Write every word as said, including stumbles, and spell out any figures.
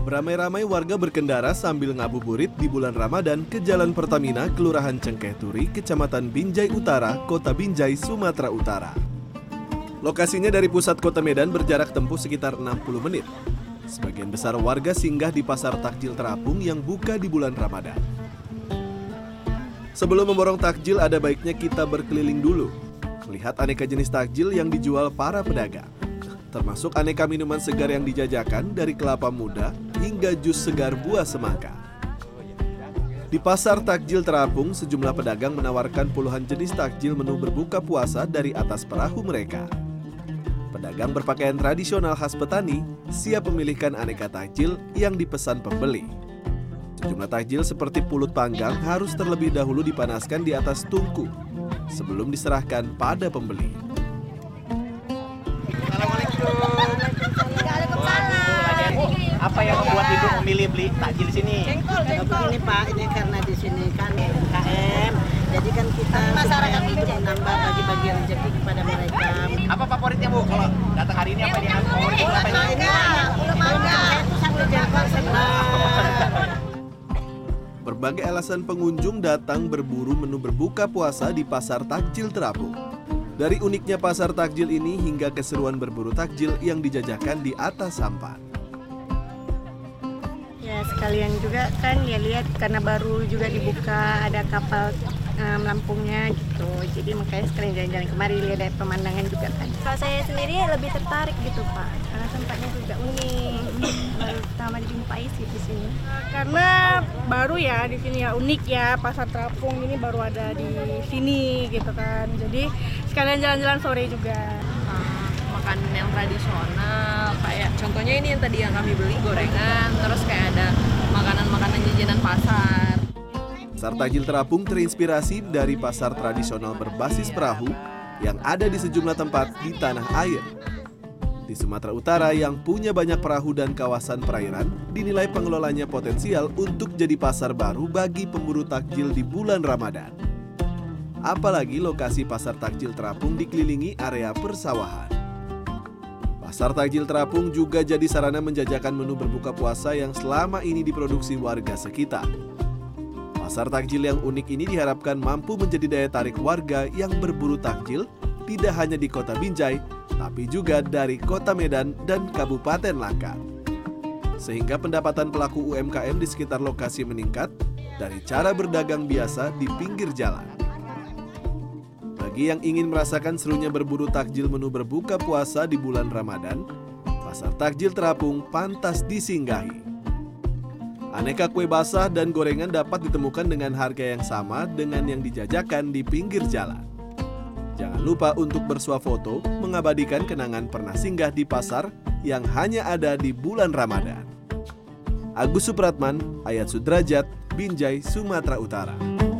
Beramai-ramai warga berkendara sambil ngabuburit di bulan Ramadan ke Jalan Pertamina, Kelurahan Cengkeh Turi, Kecamatan Binjai Utara, Kota Binjai, Sumatera Utara. Lokasinya dari pusat kota Medan berjarak tempuh sekitar enam puluh menit. Sebagian besar warga singgah di pasar takjil terapung yang buka di bulan Ramadan. Sebelum memborong takjil, ada baiknya kita berkeliling dulu, melihat aneka jenis takjil yang dijual para pedagang. Termasuk aneka minuman segar yang dijajakan dari kelapa muda hingga jus segar buah semangka. Di pasar takjil terapung, sejumlah pedagang menawarkan puluhan jenis takjil menu berbuka puasa dari atas perahu mereka. Pedagang berpakaian tradisional khas petani siap memilihkan aneka takjil yang dipesan pembeli. Sejumlah takjil seperti pulut panggang harus terlebih dahulu dipanaskan di atas tungku sebelum diserahkan pada pembeli. Apa yang membuat ibu memilih beli takjil di sini? Jengkol, jengkol. Begini Pak, ini karena di sini kan U M K M, jadi kan kita masyarakat untuk menambah bagi-bagi rezeki kepada mereka. Apa favoritnya Bu? Kalau datang hari ini apa yang favorit? Pulut mangga, pulut mangga. Itu satu jengkol sebelah. Berbagai alasan pengunjung datang berburu menu berbuka puasa di pasar takjil terapung. Dari uniknya pasar takjil ini hingga keseruan berburu takjil yang dijajakan di atas sampan. Ya sekalian juga kan ya lihat karena baru juga dibuka ada kapal um, Lampungnya gitu, jadi makanya sekalian jalan-jalan kemari lihat pemandangan juga kan. Kalau saya sendiri lebih tertarik gitu Pak, karena tempatnya juga unik, baru pertama dijumpai sih di sini. Karena baru ya di sini ya unik ya pasar terapung ini baru ada di sini gitu kan, jadi sekalian jalan-jalan sore juga. Makanan yang tradisional kayak contohnya ini yang tadi yang kami beli gorengan, terus kayak ada makanan-makanan jajanan pasar. Pasar takjil terapung terinspirasi dari pasar tradisional berbasis perahu yang ada di sejumlah tempat di tanah air. Di Sumatera Utara yang punya banyak perahu dan kawasan perairan, dinilai pengelolanya potensial untuk jadi pasar baru bagi pemburu takjil di bulan Ramadan. Apalagi lokasi pasar takjil terapung dikelilingi area persawahan. Pasar takjil terapung juga jadi sarana menjajakan menu berbuka puasa yang selama ini diproduksi warga sekitar. Pasar takjil yang unik ini diharapkan mampu menjadi daya tarik warga yang berburu takjil tidak hanya di kota Binjai, tapi juga dari kota Medan dan Kabupaten Langkat. Sehingga pendapatan pelaku U M K M di sekitar lokasi meningkat dari cara berdagang biasa di pinggir jalan. Bagi yang ingin merasakan serunya berburu takjil menu berbuka puasa di bulan Ramadan, pasar takjil terapung pantas disinggahi. Aneka kue basah dan gorengan dapat ditemukan dengan harga yang sama dengan yang dijajakan di pinggir jalan. Jangan lupa untuk bersuah foto mengabadikan kenangan pernah singgah di pasar yang hanya ada di bulan Ramadan. Agus Supratman, Ayat Sudrajat, Binjai, Sumatera Utara.